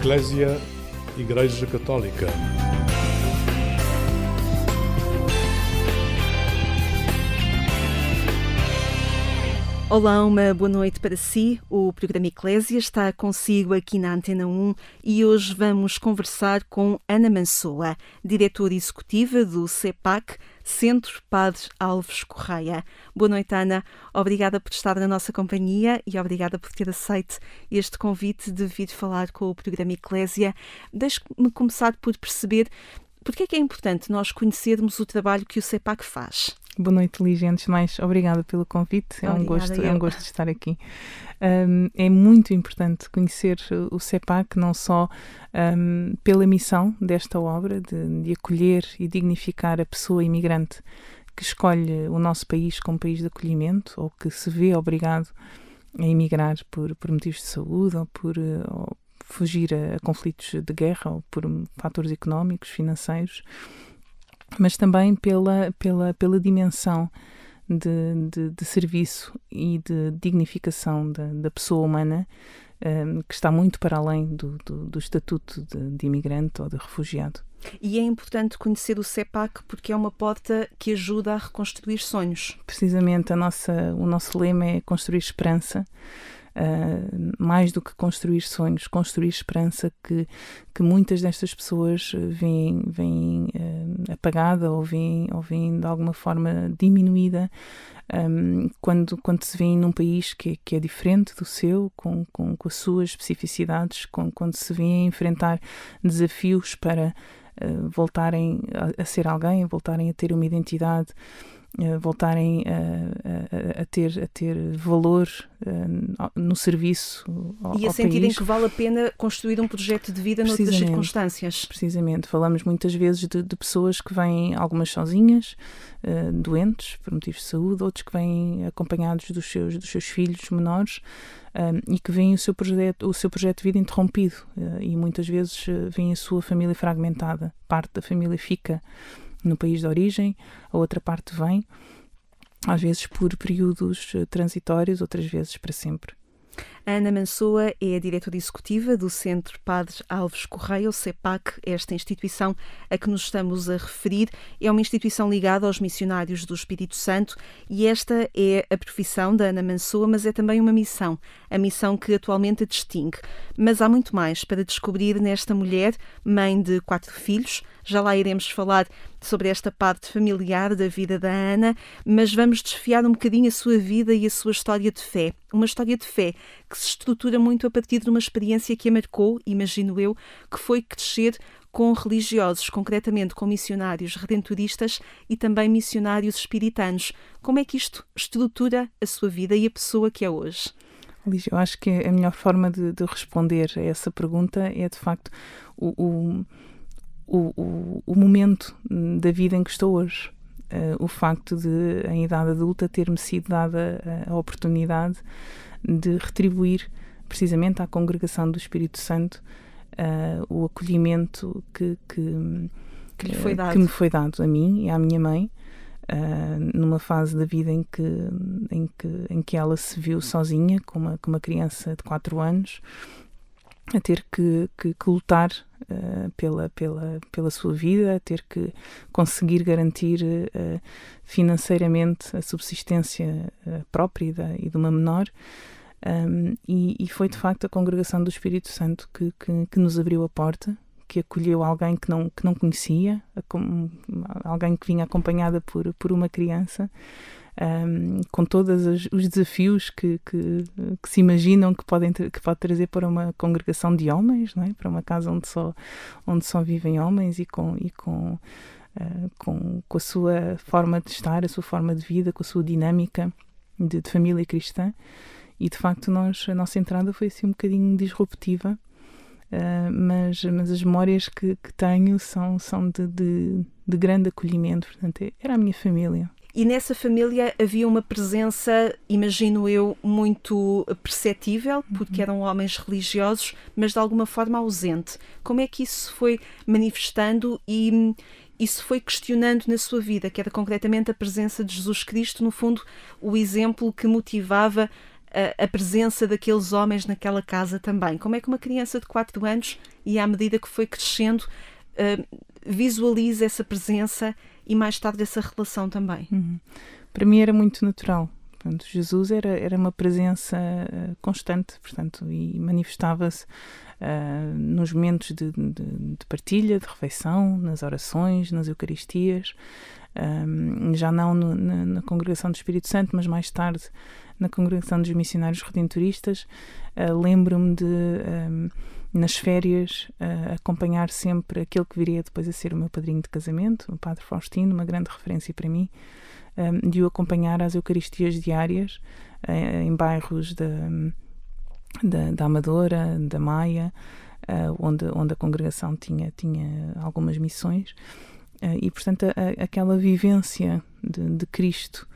Eclésia, Igreja Católica. Olá, uma boa noite para si. O programa Eclésia está consigo aqui na Antena 1 e hoje vamos conversar com Ana Mansoa, diretora executiva do CEPAC, Centro Padre Alves Correia. Boa noite, Ana. Obrigada por estar na nossa companhia e obrigada por ter aceito este convite de vir falar com o programa Eclésia. Deixe-me começar por perceber porque é que é importante nós conhecermos o trabalho que o CEPAC faz. Boa noite, Lígia. Antes de mais, obrigada pelo convite. É um gosto de estar aqui. É muito importante conhecer o CEPAC, não só pela missão desta obra de acolher e dignificar a pessoa imigrante que escolhe o nosso país como país de acolhimento ou que se vê obrigado a emigrar por motivos de saúde ou por fugir a conflitos de guerra ou por fatores económicos, financeiros, mas também pela dimensão de serviço e de dignificação da pessoa humana, que está muito para além do estatuto de imigrante ou de refugiado. E é importante conhecer o CEPAC porque é uma porta que ajuda a reconstruir sonhos. Precisamente, o nosso lema é construir esperança. Mais do que construir sonhos, construir esperança que muitas destas pessoas veem apagada ou veem de alguma forma diminuída quando se vêem num país que é diferente do seu, com as suas especificidades, quando se vêem enfrentar desafios para voltarem a ser alguém, voltarem a ter uma identidade, voltarem a ter valor no serviço ao país. E a sentirem que vale a pena construir um projeto de vida noutras circunstâncias. Precisamente. Falamos muitas vezes de pessoas que vêm, algumas sozinhas, doentes, por motivos de saúde, outros que vêm acompanhados dos seus filhos menores e que veem o seu projeto de vida interrompido e muitas vezes veem a sua família fragmentada. Parte da família fica no país de origem, a outra parte vem, às vezes por períodos transitórios, outras vezes para sempre. Ana Mansoa é a diretora executiva do Centro Padre Alves Correia, o CEPAC, esta instituição a que nos estamos a referir. É uma instituição ligada aos missionários do Espírito Santo e esta é a profissão da Ana Mansoa, mas é também uma missão, a missão que atualmente a distingue. Mas há muito mais para descobrir nesta mulher, mãe de 4 filhos. Já lá iremos falar sobre esta parte familiar da vida da Ana, mas vamos desfiar um bocadinho a sua vida e a sua história de fé. Uma história de fé que se estrutura muito a partir de uma experiência que a marcou, imagino eu, que foi crescer com religiosos, concretamente com missionários redentoristas e também missionários espiritanos. Como é que isto estrutura a sua vida e a pessoa que é hoje? Lígia, eu acho que a melhor forma de responder a essa pergunta é, de facto, o momento da vida em que estou hoje. O facto de, em idade adulta, ter-me sido dada a oportunidade de retribuir precisamente à Congregação do Espírito Santo o acolhimento que me foi dado a mim e à minha mãe numa fase da vida em que ela se viu sozinha com uma criança de 4 anos a ter que lutar pela sua vida, a ter que conseguir garantir financeiramente a subsistência própria e de uma menor, e foi de facto a Congregação do Espírito Santo que nos abriu a porta, que acolheu alguém que não conhecia, alguém que vinha acompanhada por uma criança, com todos os desafios que se imaginam que pode trazer para uma congregação de homens, não é? Para uma casa onde só vivem homens e com a sua forma de estar, a sua forma de vida, com a sua dinâmica de família cristã. E de facto a nossa entrada foi assim um bocadinho disruptiva, mas as memórias que tenho são de grande acolhimento. Portanto, era a minha família. E nessa família havia uma presença, imagino eu, muito perceptível, porque eram homens religiosos, mas de alguma forma ausente. Como é que isso foi manifestando e isso foi questionando na sua vida, que era concretamente a presença de Jesus Cristo, no fundo, o exemplo que motivava a presença daqueles homens naquela casa também. Como é que uma criança de 4 anos, e à medida que foi crescendo, visualiza essa presença e mais tarde essa relação também? Para mim era muito natural. Portanto, Jesus era uma presença constante, portanto, e manifestava-se nos momentos de partilha, de refeição, nas orações, nas Eucaristias, já não na Congregação do Espírito Santo, mas mais tarde na Congregação dos Missionários Redentoristas. Lembro-me de, nas férias, acompanhar sempre aquele que viria depois a ser o meu padrinho de casamento, o Padre Faustino, uma grande referência para mim, de o acompanhar às Eucaristias diárias em bairros da Amadora, da Maia, onde a congregação tinha algumas missões, e portanto aquela vivência de Cristo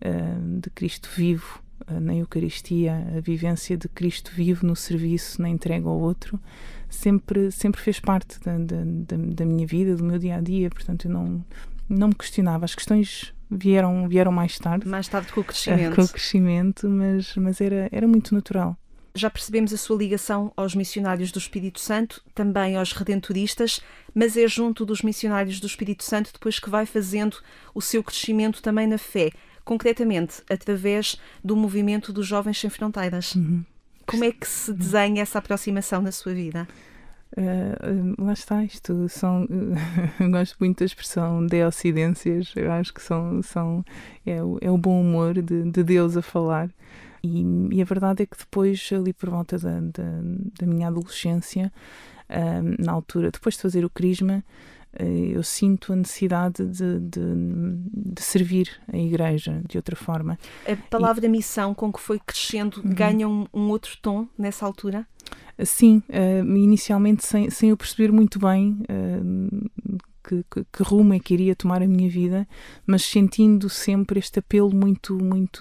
vivo na Eucaristia, a vivência de Cristo vivo no serviço, na entrega ao outro, sempre fez parte da minha vida, do meu dia-a-dia. Portanto, eu não me questionava. As questões vieram mais tarde. Mais tarde com o crescimento. Com o crescimento, mas era muito natural. Já percebemos a sua ligação aos missionários do Espírito Santo, também aos redentoristas, mas é junto dos missionários do Espírito Santo depois que vai fazendo o seu crescimento também na fé, concretamente através do movimento dos Jovens Sem Fronteiras. Como é que se desenha essa aproximação na sua vida? Lá está, isto são eu gosto muito da expressão deocidências. Eu acho que é o bom humor de Deus a falar. E a verdade é que depois, ali por volta da minha adolescência, na altura, depois de fazer o crisma, eu sinto a necessidade de servir a Igreja de outra forma. A palavra missão com que foi crescendo ganha um outro tom nessa altura? Sim, inicialmente sem eu perceber muito bem que rumo é que iria tomar a minha vida, mas sentindo sempre este apelo muito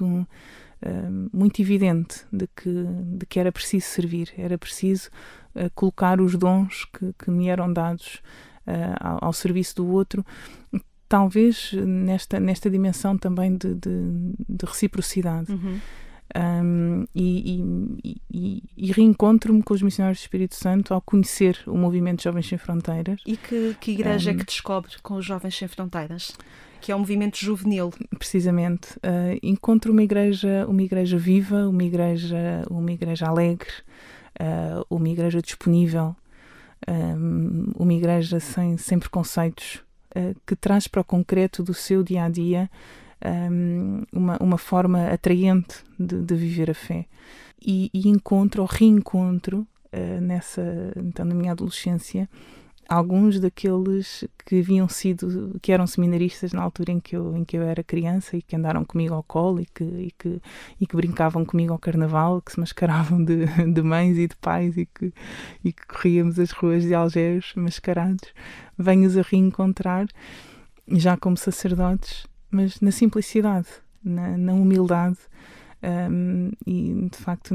evidente de que era preciso servir, era preciso colocar os dons que me eram dados ao serviço do outro, talvez nesta dimensão também de reciprocidade. E reencontro-me com os missionários do Espírito Santo ao conhecer o movimento Jovens Sem Fronteiras. E que igreja é que descobre com os Jovens Sem Fronteiras? Que é um movimento juvenil. Precisamente. Encontro uma igreja viva, uma igreja alegre, uma igreja disponível, uma igreja sem preconceitos, que traz para o concreto do seu dia-a-dia uma forma atraente de viver a fé. E reencontro então, na minha adolescência, alguns daqueles que eram seminaristas na altura em que eu era criança e que andaram comigo ao colo e que brincavam comigo ao carnaval, que se mascaravam de mães e de pais e que corríamos as ruas de Algés mascarados. Venho-os a reencontrar já como sacerdotes, mas na simplicidade, na humildade, e de facto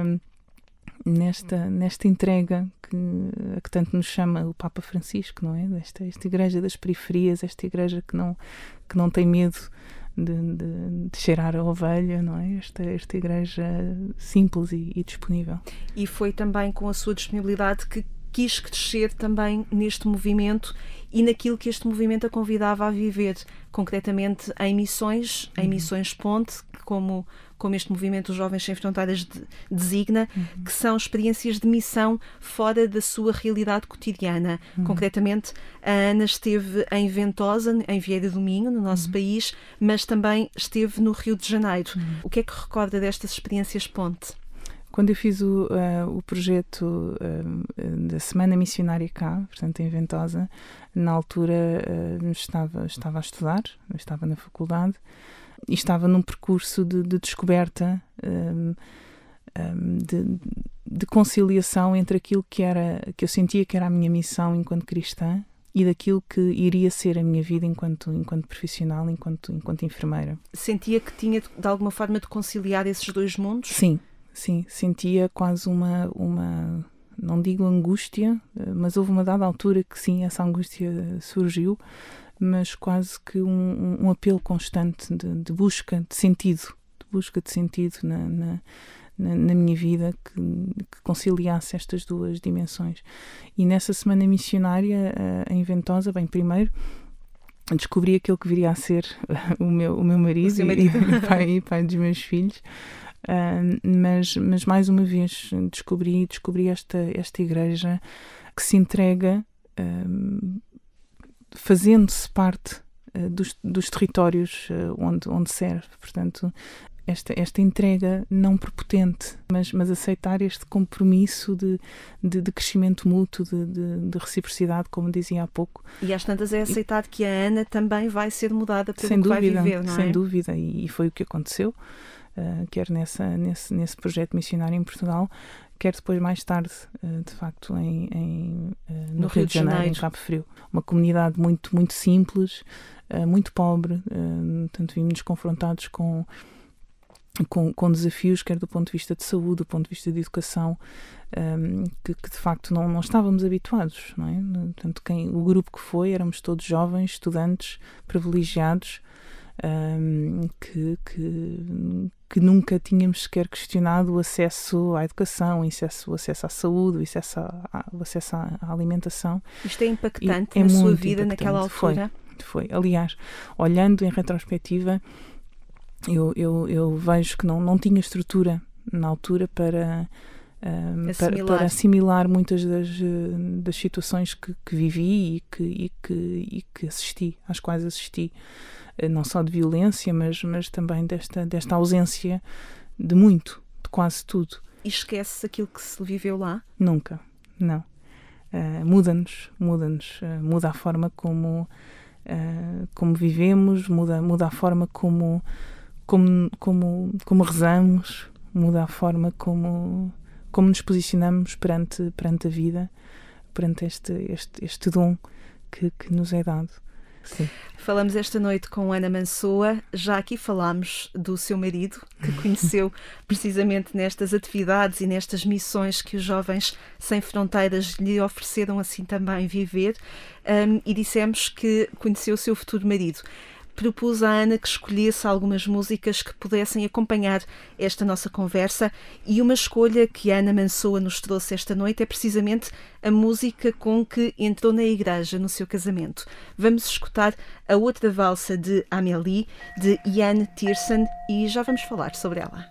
nesta entrega a que tanto nos chama o Papa Francisco, não é? Esta igreja das periferias, esta igreja que não tem medo de cheirar a ovelha, não é? Esta igreja simples e disponível. E foi também com a sua disponibilidade que quis crescer também neste movimento e naquilo que este movimento a convidava a viver, concretamente em missões ponte, como este movimento dos Jovens Sem Fronteiras designa, que são experiências de missão fora da sua realidade cotidiana. Concretamente, a Ana esteve em Ventosa, em Vieira do Minho, no nosso país, mas também esteve no Rio de Janeiro. O que é que recorda destas experiências ponte? Quando eu fiz o projeto da Semana Missionária cá, portanto em Ventosa, na altura estava a estudar, estava na faculdade e estava num percurso de descoberta, de conciliação entre aquilo que eu sentia que era a minha missão enquanto cristã e daquilo que iria ser a minha vida enquanto profissional, enquanto enfermeira. Sentia que tinha de alguma forma de conciliar esses dois mundos? Sim, sentia quase uma não digo angústia, mas houve uma dada altura que sim, essa angústia surgiu, mas quase que um apelo constante de busca de sentido, na minha vida que conciliasse estas duas dimensões. E nessa semana missionária em Ventosa, bem, primeiro descobri aquele que viria a ser o meu marido, e pai dos meus filhos. Mas mais uma vez descobri esta igreja que se entrega, fazendo-se parte dos territórios onde serve. Portanto, esta entrega não prepotente, mas aceitar este compromisso de crescimento mútuo, de reciprocidade, como dizia há pouco. E às tantas é aceitar que a Ana também vai ser mudada pelo que vai viver, não é? Sem dúvida, e foi o que aconteceu, quer nesse projeto missionário em Portugal, quer depois mais tarde, de facto, no Rio de Janeiro, em Cabo Frio. Uma comunidade muito, muito simples, muito pobre, portanto vimos-nos confrontados com desafios, quer do ponto de vista de saúde, do ponto de vista de educação, que de facto não estávamos habituados, não é? Portanto, o grupo que foi, éramos todos jovens, estudantes, privilegiados, que nunca tínhamos sequer questionado o acesso à educação, o acesso à saúde, o acesso à alimentação. Isto é impactante na sua vida naquela altura? Foi. Aliás, olhando em retrospectiva, eu vejo que não tinha estrutura na altura para assimilar muitas das situações que vivi e que assisti, às quais assisti, não só de violência, mas também desta ausência de quase tudo. E esquece aquilo que se viveu lá? Nunca, não. Muda-nos, muda a forma como vivemos, muda a forma como rezamos, muda a forma como nos posicionamos perante a vida, perante este dom que nos é dado. Sim. Falamos esta noite com Ana Mansoa. Já aqui falámos do seu marido, que conheceu precisamente nestas atividades e nestas missões que os Jovens Sem Fronteiras lhe ofereceram assim também viver, e dissemos que conheceu o seu futuro marido. Propus à Ana que escolhesse algumas músicas que pudessem acompanhar esta nossa conversa, e uma escolha que a Ana Mansoa nos trouxe esta noite é precisamente a música com que entrou na igreja no seu casamento. Vamos escutar a outra valsa de Amélie, de Ian Tiersen, e já vamos falar sobre ela.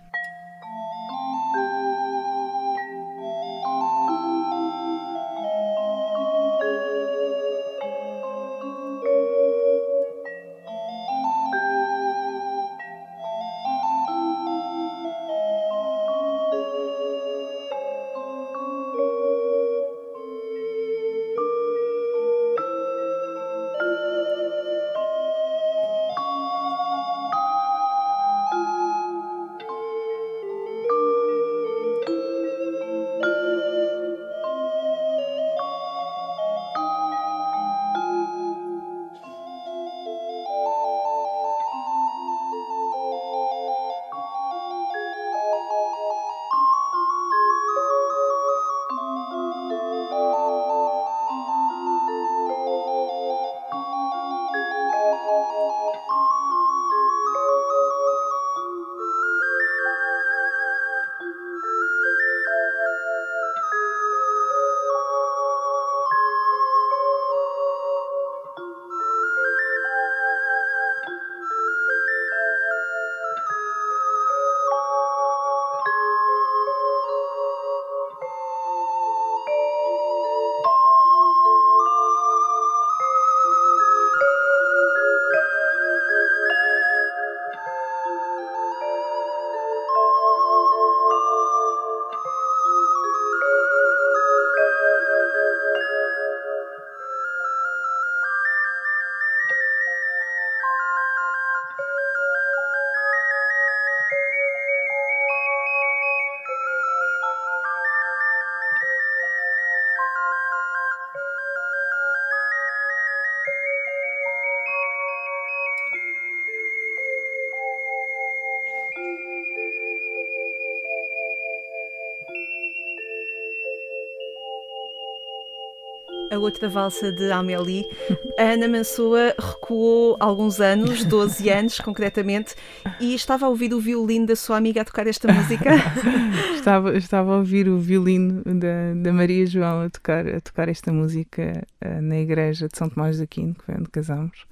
A outra valsa de Amélie. A Ana Mansoa recuou alguns anos, 12 anos concretamente, e estava a ouvir o violino da sua amiga a tocar esta música? Estava a ouvir o violino da Maria João a tocar esta música na igreja de São Tomás de Aquino, que foi onde casamos.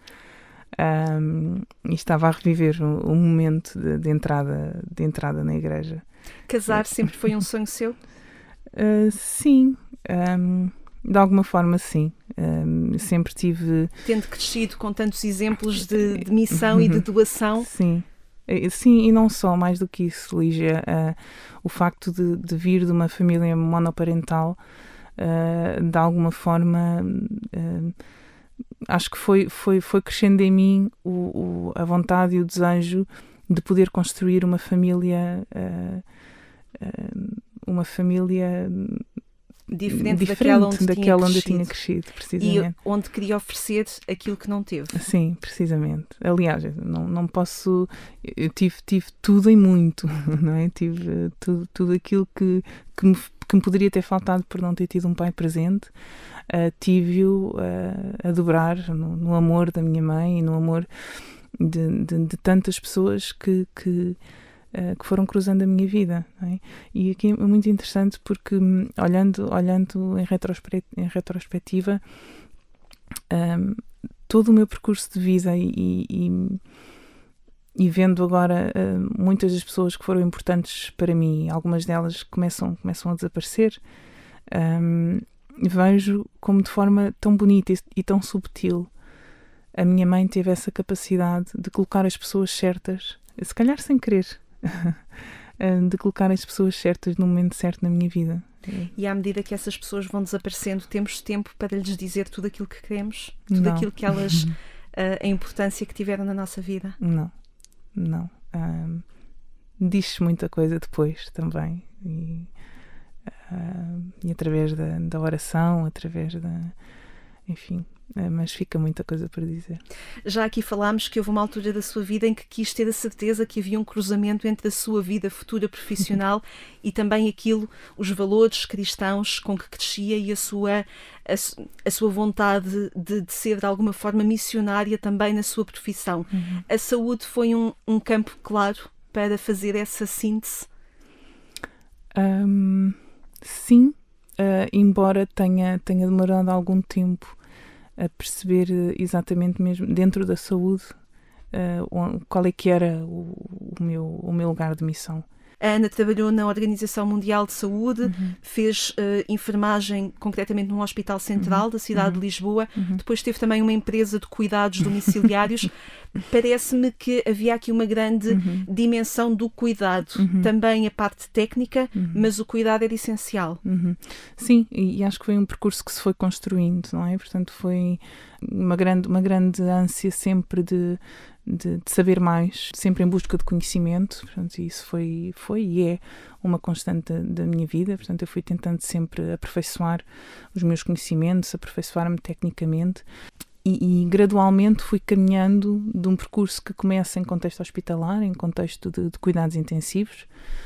E estava a reviver o momento de entrada na igreja. Casar sempre foi um sonho seu? Sim, de alguma forma sim. Sempre tive... Tendo crescido com tantos exemplos de missão e de doação. Sim, e não só, mais do que isso, Lígia. O facto de vir de uma família monoparental, de alguma forma... acho que foi crescendo em mim a vontade e o desejo de poder construir uma família diferente daquela onde eu tinha crescido, precisamente. E onde queria oferecer aquilo que não teve. Sim, precisamente. Aliás, não posso... Eu tive tudo e muito, não é? Tive tudo aquilo que me poderia ter faltado por não ter tido um pai presente. Tive-o a dobrar no amor da minha mãe e no amor de tantas pessoas que foram cruzando a minha vida, não é? E aqui é muito interessante porque, olhando em retrospectiva, todo o meu percurso de vida e vendo agora muitas das pessoas que foram importantes para mim, algumas delas começam a desaparecer, vejo como de forma tão bonita e tão subtil a minha mãe teve essa capacidade de colocar as pessoas certas, se calhar sem querer, de colocar as pessoas certas no momento certo na minha vida. E à medida que essas pessoas vão desaparecendo, temos tempo para lhes dizer tudo aquilo que queremos? Tudo aquilo que elas... a importância que tiveram na nossa vida? Não. Diz-se muita coisa depois também. E através da oração, através enfim, mas fica muita coisa para dizer. Já aqui falámos que houve uma altura da sua vida em que quis ter a certeza que havia um cruzamento entre a sua vida futura profissional e também os valores cristãos com que crescia e a sua vontade de ser de alguma forma missionária também na sua profissão. A saúde foi um campo claro para fazer essa síntese? Sim, embora tenha demorado algum tempo a perceber exatamente mesmo dentro da saúde qual é que era o meu lugar de missão. A Ana trabalhou na Organização Mundial de Saúde, fez enfermagem concretamente num hospital central da cidade de Lisboa, depois teve também uma empresa de cuidados domiciliários. Parece-me que havia aqui uma grande dimensão do cuidado, também a parte técnica, mas o cuidado era essencial. Sim, e acho que foi um percurso que se foi construindo, não é? Portanto, foi uma grande ânsia sempre de saber mais, sempre em busca de conhecimento. Portanto, isso foi e é uma constante da minha vida. Portanto, eu fui tentando sempre aperfeiçoar os meus conhecimentos, aperfeiçoar-me tecnicamente e gradualmente fui caminhando de um percurso que começa em contexto hospitalar, em contexto de cuidados intensivos.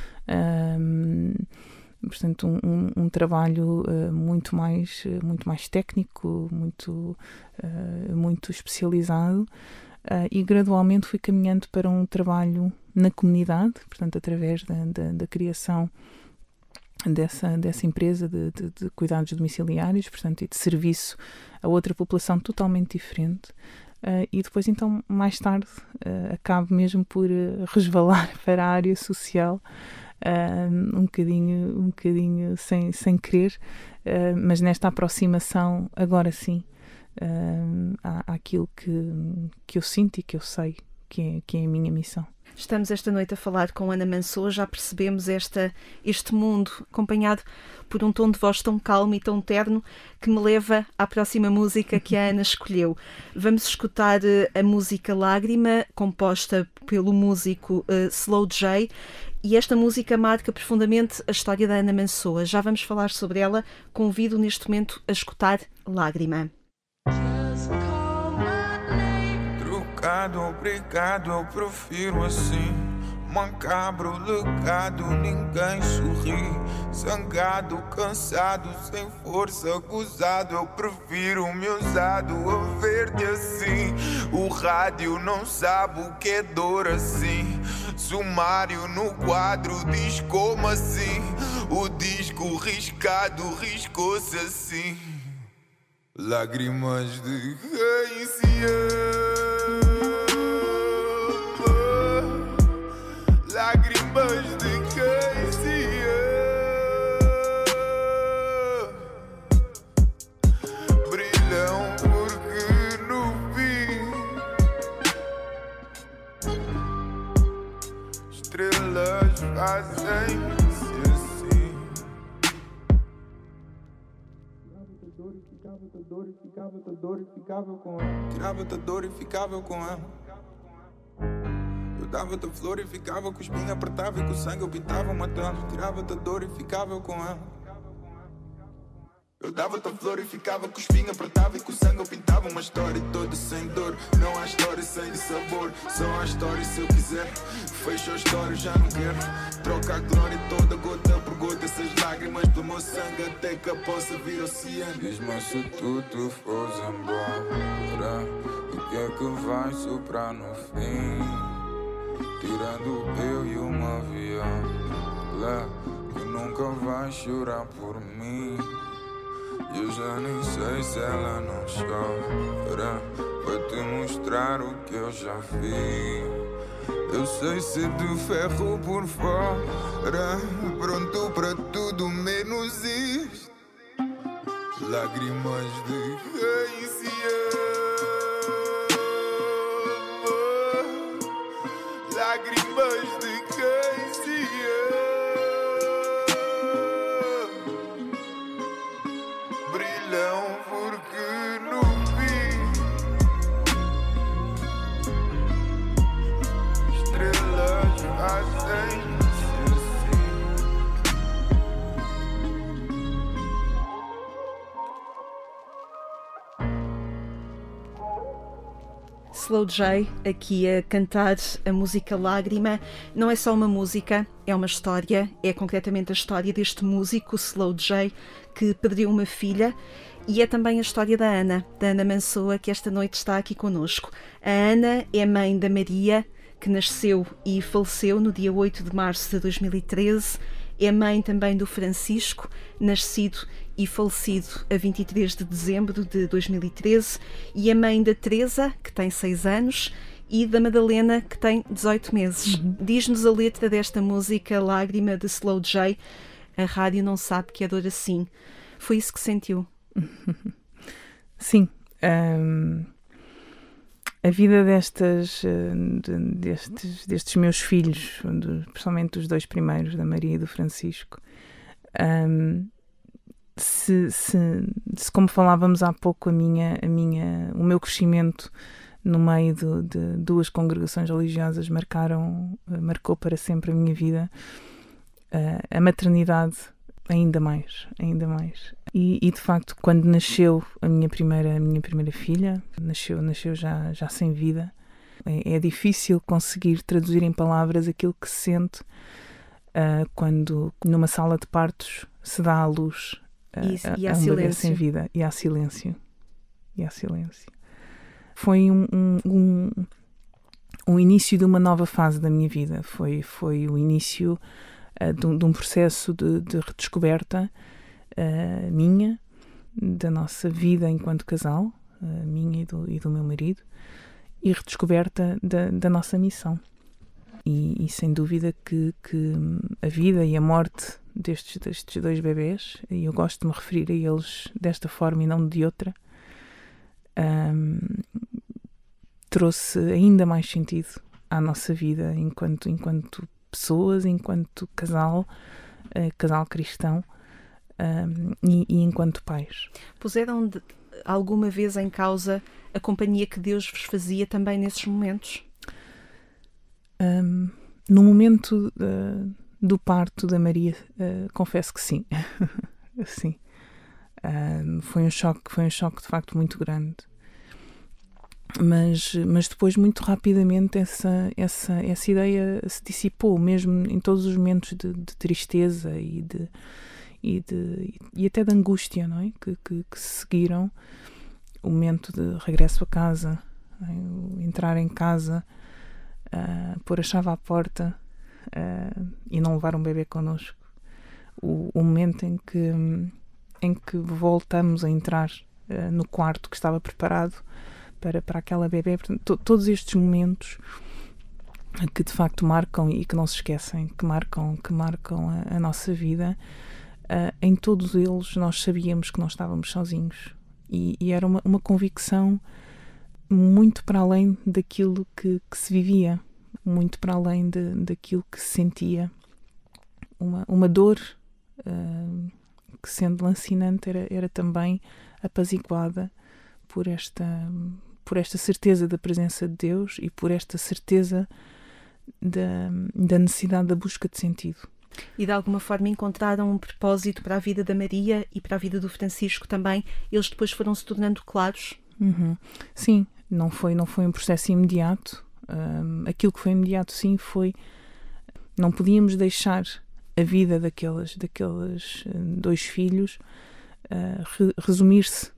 Portanto, um trabalho muito mais técnico, muito especializado. E gradualmente fui caminhando para um trabalho na comunidade, portanto, através da criação dessa empresa de cuidados domiciliários, portanto, e de serviço a outra população totalmente diferente. E depois, então, mais tarde, acabo mesmo por resvalar para a área social, um bocadinho sem querer, mas nesta aproximação, agora sim, àquilo que eu sinto e que eu sei que é a minha missão. Estamos esta noite a falar com Ana Mansoa, já percebemos este mundo acompanhado por um tom de voz tão calmo e tão terno que me leva à próxima música que a Ana escolheu. Vamos escutar a música Lágrima, composta pelo músico Slow J, e esta música marca profundamente a história da Ana Mansoa. Já vamos falar sobre ela, convido neste momento a escutar Lágrima. Trocado, obrigado, eu prefiro assim. Macabro, legado, ninguém sorri. Zangado, cansado, sem força, gozado. Eu prefiro o meu usado a ver-te assim. O rádio não sabe o que é dor assim. Sumário no quadro diz como assim. O disco riscado riscou-se assim. Lágrimas de quem se ama. Lágrimas de quem se ama. Brilham porque no fim estrelas fazem-se assim. Tirava-te a dor e ficava com ela. Tirava-te a dor e ficava com ela. Eu dava-te a flor e ficava com o espinho, apertava e com o sangue eu pintava uma tela. Tirava-te a dor e ficava com ela. Eu dava-te a flor e ficava com o espinho, apertava e com o sangue eu pintava uma história toda sem dor. Não há história sem sabor, só há história se eu quiser. Fecho a história, já não quero. Troca a glória toda, gota por gota. Essas lágrimas pelo meu sangue até que eu possa vir oceano. Diz-me se tu te fores embora, o que é que vai soprar no fim? Tirando eu e uma viola que nunca vai chorar por mim. Eu já nem sei se ela não chora para te mostrar o que eu já vi. Eu sei ser de ferro por fora, pronto para tudo menos isto. Lágrimas de quem se ama. Lágrimas de quem se ama. Brilham porque no fim estrelas fazem-se assim. Slow J, aqui a cantar a música Lágrima. Não é só uma música, é uma história. É concretamente a história deste músico, Slow J, que perdeu uma filha. E é também a história da Ana Mansoa, que esta noite está aqui connosco. A Ana é mãe da Maria, que nasceu e faleceu no dia 8 de março de 2013. É mãe também do Francisco, nascido e falecido a 23 de dezembro de 2013. E é mãe da Teresa, que tem 6 anos, e da Madalena, que tem 18 meses. Diz-nos a letra desta música, Lágrima, de Slow J. A rádio não sabe que é dor assim. Foi isso que sentiu? Sim. A vida destes meus filhos, principalmente os 2 primeiros, da Maria e do Francisco, se como falávamos há pouco, o meu crescimento no meio de 2 congregações religiosas marcou para sempre a minha vida, a maternidade ainda mais. E de facto, quando nasceu a minha primeira filha, nasceu já sem vida. É difícil conseguir traduzir em palavras aquilo que se sente quando numa sala de partos se dá à luz a um bebê sem vida, e há silêncio. Foi um início de uma nova fase da minha vida. Foi o início de um processo de redescoberta minha, da nossa vida enquanto casal, minha e do meu marido, e redescoberta da nossa missão. E sem dúvida que a vida e a morte destes 2 bebés, e eu gosto de me referir a eles desta forma e não de outra, trouxe ainda mais sentido à nossa vida enquanto pessoas, enquanto casal cristão, e enquanto pais. Puseram alguma vez em causa a companhia que Deus vos fazia também nesses momentos? No momento do parto da Maria, confesso que sim. Sim. Foi um choque de facto muito grande. Mas depois, muito rapidamente, essa ideia se dissipou, mesmo em todos os momentos de tristeza e até de angústia, não é? que se seguiram. O momento de regresso a casa, entrar em casa, pôr a chave à porta e não levar um bebê connosco. O momento em que voltamos a entrar no quarto que estava preparado para aquela bebê. Portanto, todos estes momentos que de facto marcam e que não se esquecem, que marcam a nossa vida, em todos eles nós sabíamos que não estávamos sozinhos. E era uma convicção muito para além daquilo que se vivia, muito para além daquilo que se sentia. Uma dor que, sendo lancinante, era também apaziguada por esta certeza da presença de Deus e por esta certeza da necessidade da busca de sentido. E de alguma forma encontraram um propósito para a vida da Maria e para a vida do Francisco também. Eles depois foram se tornando claros? Sim, não foi um processo imediato. Aquilo que foi imediato, sim, foi... Não podíamos deixar a vida daqueles 2 filhos resumir-se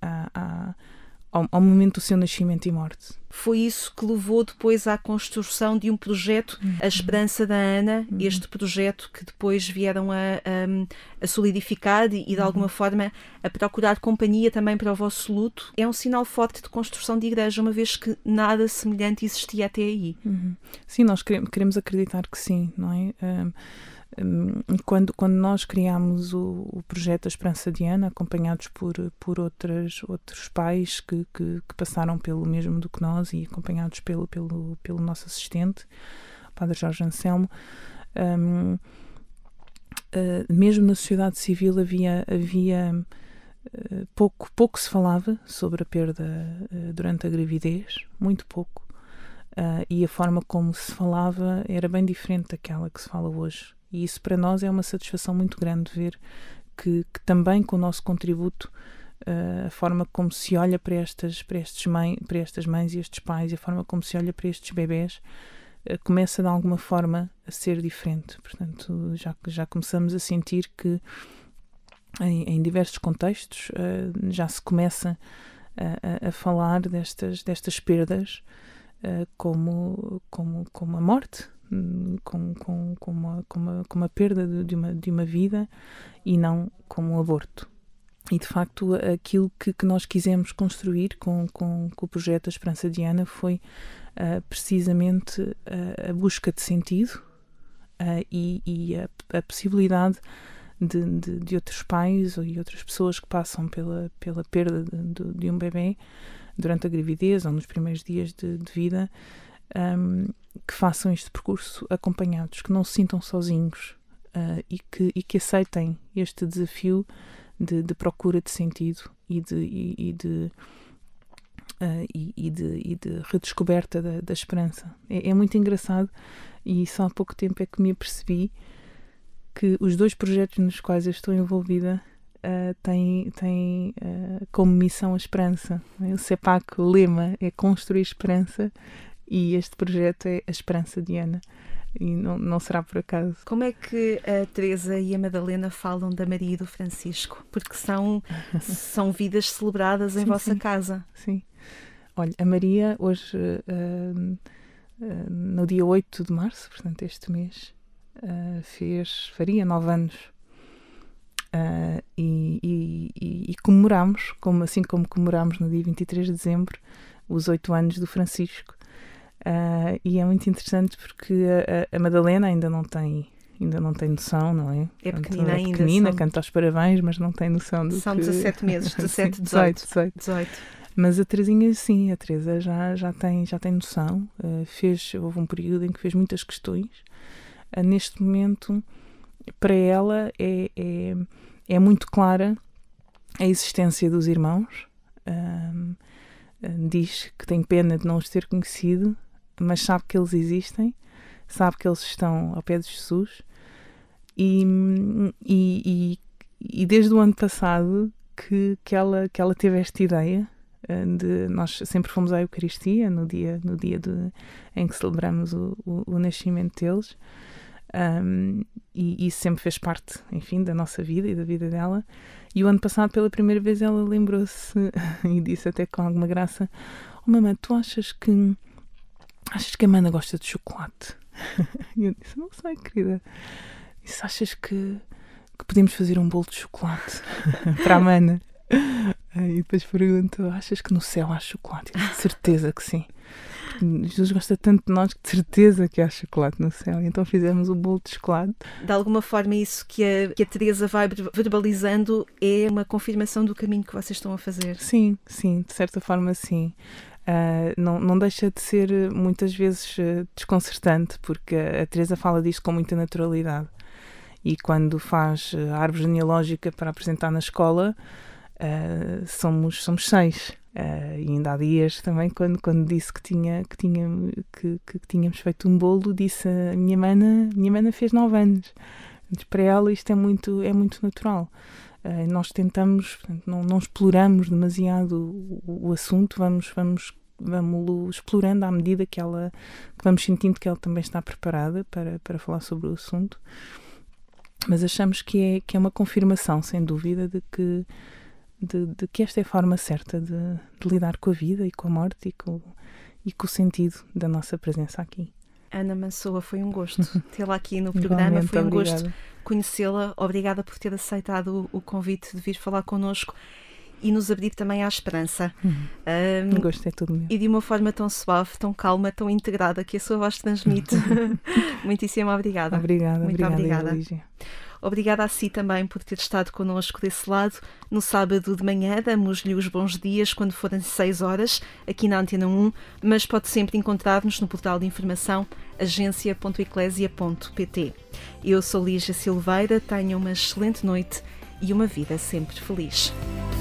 ao momento do seu nascimento e morte. Foi isso que levou depois à construção de um projeto, a Esperança da Ana, este projeto que depois vieram a solidificar e de alguma forma a procurar companhia também para o vosso luto. É um sinal forte de construção de igreja, uma vez que nada semelhante existia até aí. Sim, nós queremos acreditar que sim, não é? Quando nós criámos o projeto da Esperança de Ana, acompanhados por outros pais que passaram pelo mesmo do que nós e acompanhados pelo nosso assistente, o Padre Jorge Anselmo, mesmo na sociedade civil havia pouco se falava sobre a perda durante a gravidez, muito pouco, e a forma como se falava era bem diferente daquela que se fala hoje. E isso para nós é uma satisfação muito grande ver que também com o nosso contributo, a forma como se olha para estas mães e estes pais, e a forma como se olha para estes bebés, começa de alguma forma a ser diferente. Portanto, já começamos a sentir que em diversos contextos já se começa a falar destas perdas como a morte, como a perda de uma vida e não como um aborto. E de facto aquilo que nós quisemos construir com o projeto da Esperança de Ana foi precisamente a busca de sentido e a possibilidade de outros pais e outras pessoas que passam pela perda de um bebê durante a gravidez ou nos primeiros dias de vida, que façam este percurso acompanhados, que não se sintam sozinhos e que aceitem este desafio de procura de sentido e de redescoberta da esperança. É muito engraçado, e só há pouco tempo é que me apercebi que os 2 projetos nos quais eu estou envolvida têm como missão a esperança. O CEPAC, o lema é construir esperança, e este projeto é a Esperança de Ana, e não será por acaso. Como é que a Teresa e a Madalena falam da Maria e do Francisco? Porque são vidas celebradas em vossa casa. Sim. Olha, a Maria hoje, no dia 8 de março, portanto este mês, faria 9 anos. E comemoramos, assim como comemoramos no dia 23 de dezembro, os 8 anos do Francisco. E é muito interessante porque a Madalena ainda não tem noção, não é? É pequenina ainda. Pequenina, canta aos parabéns, mas não tem noção do São 17 meses, 17, 18. Mas a Teresinha, sim, a Teresa já tem noção. Houve um período em que fez muitas questões. Neste momento, para ela, é muito clara a existência dos irmãos. Diz que tem pena de não os ter conhecido, mas sabe que eles existem, sabe que eles estão ao pé de Jesus, e desde o ano passado que ela teve esta ideia nós sempre fomos à Eucaristia no dia em que celebramos o nascimento deles, e isso sempre fez parte, enfim, da nossa vida e da vida dela. E o ano passado, pela primeira vez, ela lembrou-se e disse até com alguma graça: "Oh, mamãe, tu achas que a Mana gosta de chocolate?" E eu disse: "Não sei, querida." Disse: "Achas que podemos fazer um bolo de chocolate para a Mana?" E depois perguntou: "Achas que no céu há chocolate?" Eu disse: "Certeza que sim. Jesus gosta tanto de nós que de certeza que há chocolate no céu." E então fizemos o bolo de chocolate. De alguma forma, isso que a Teresa vai verbalizando é uma confirmação do caminho que vocês estão a fazer. Sim, de certa forma sim. Não deixa de ser muitas vezes desconcertante, porque a Teresa fala disto com muita naturalidade. E quando faz a árvore genealógica para apresentar na escola, somos 6. E ainda há dias também, quando disse que tínhamos feito um bolo, disse: "A minha mana fez 9 anos." Para ela isto é muito natural. Nós tentamos, não exploramos demasiado o assunto, vamos-lo explorando à medida que vamos sentindo que ela também está preparada para falar sobre o assunto. Mas achamos que é uma confirmação, sem dúvida, de que esta é a forma certa de lidar com a vida e com a morte e com o sentido da nossa presença aqui. Ana Mansoa, foi um gosto tê-la aqui no programa. Foi um obrigada. Gosto conhecê-la. Obrigada por ter aceitado o convite de vir falar connosco e nos abrir também à esperança. O gosto é todo meu. E de uma forma tão suave, tão calma, tão integrada que a sua voz transmite. Muitíssimo obrigada. Muito obrigada. Lígia. Obrigada a si também por ter estado connosco desse lado. No sábado de manhã damos-lhe os bons dias quando forem 6 horas, aqui na Antena 1, mas pode sempre encontrar-nos no portal de informação agência.eclésia.pt. Eu sou Lígia Silveira, tenha uma excelente noite e uma vida sempre feliz.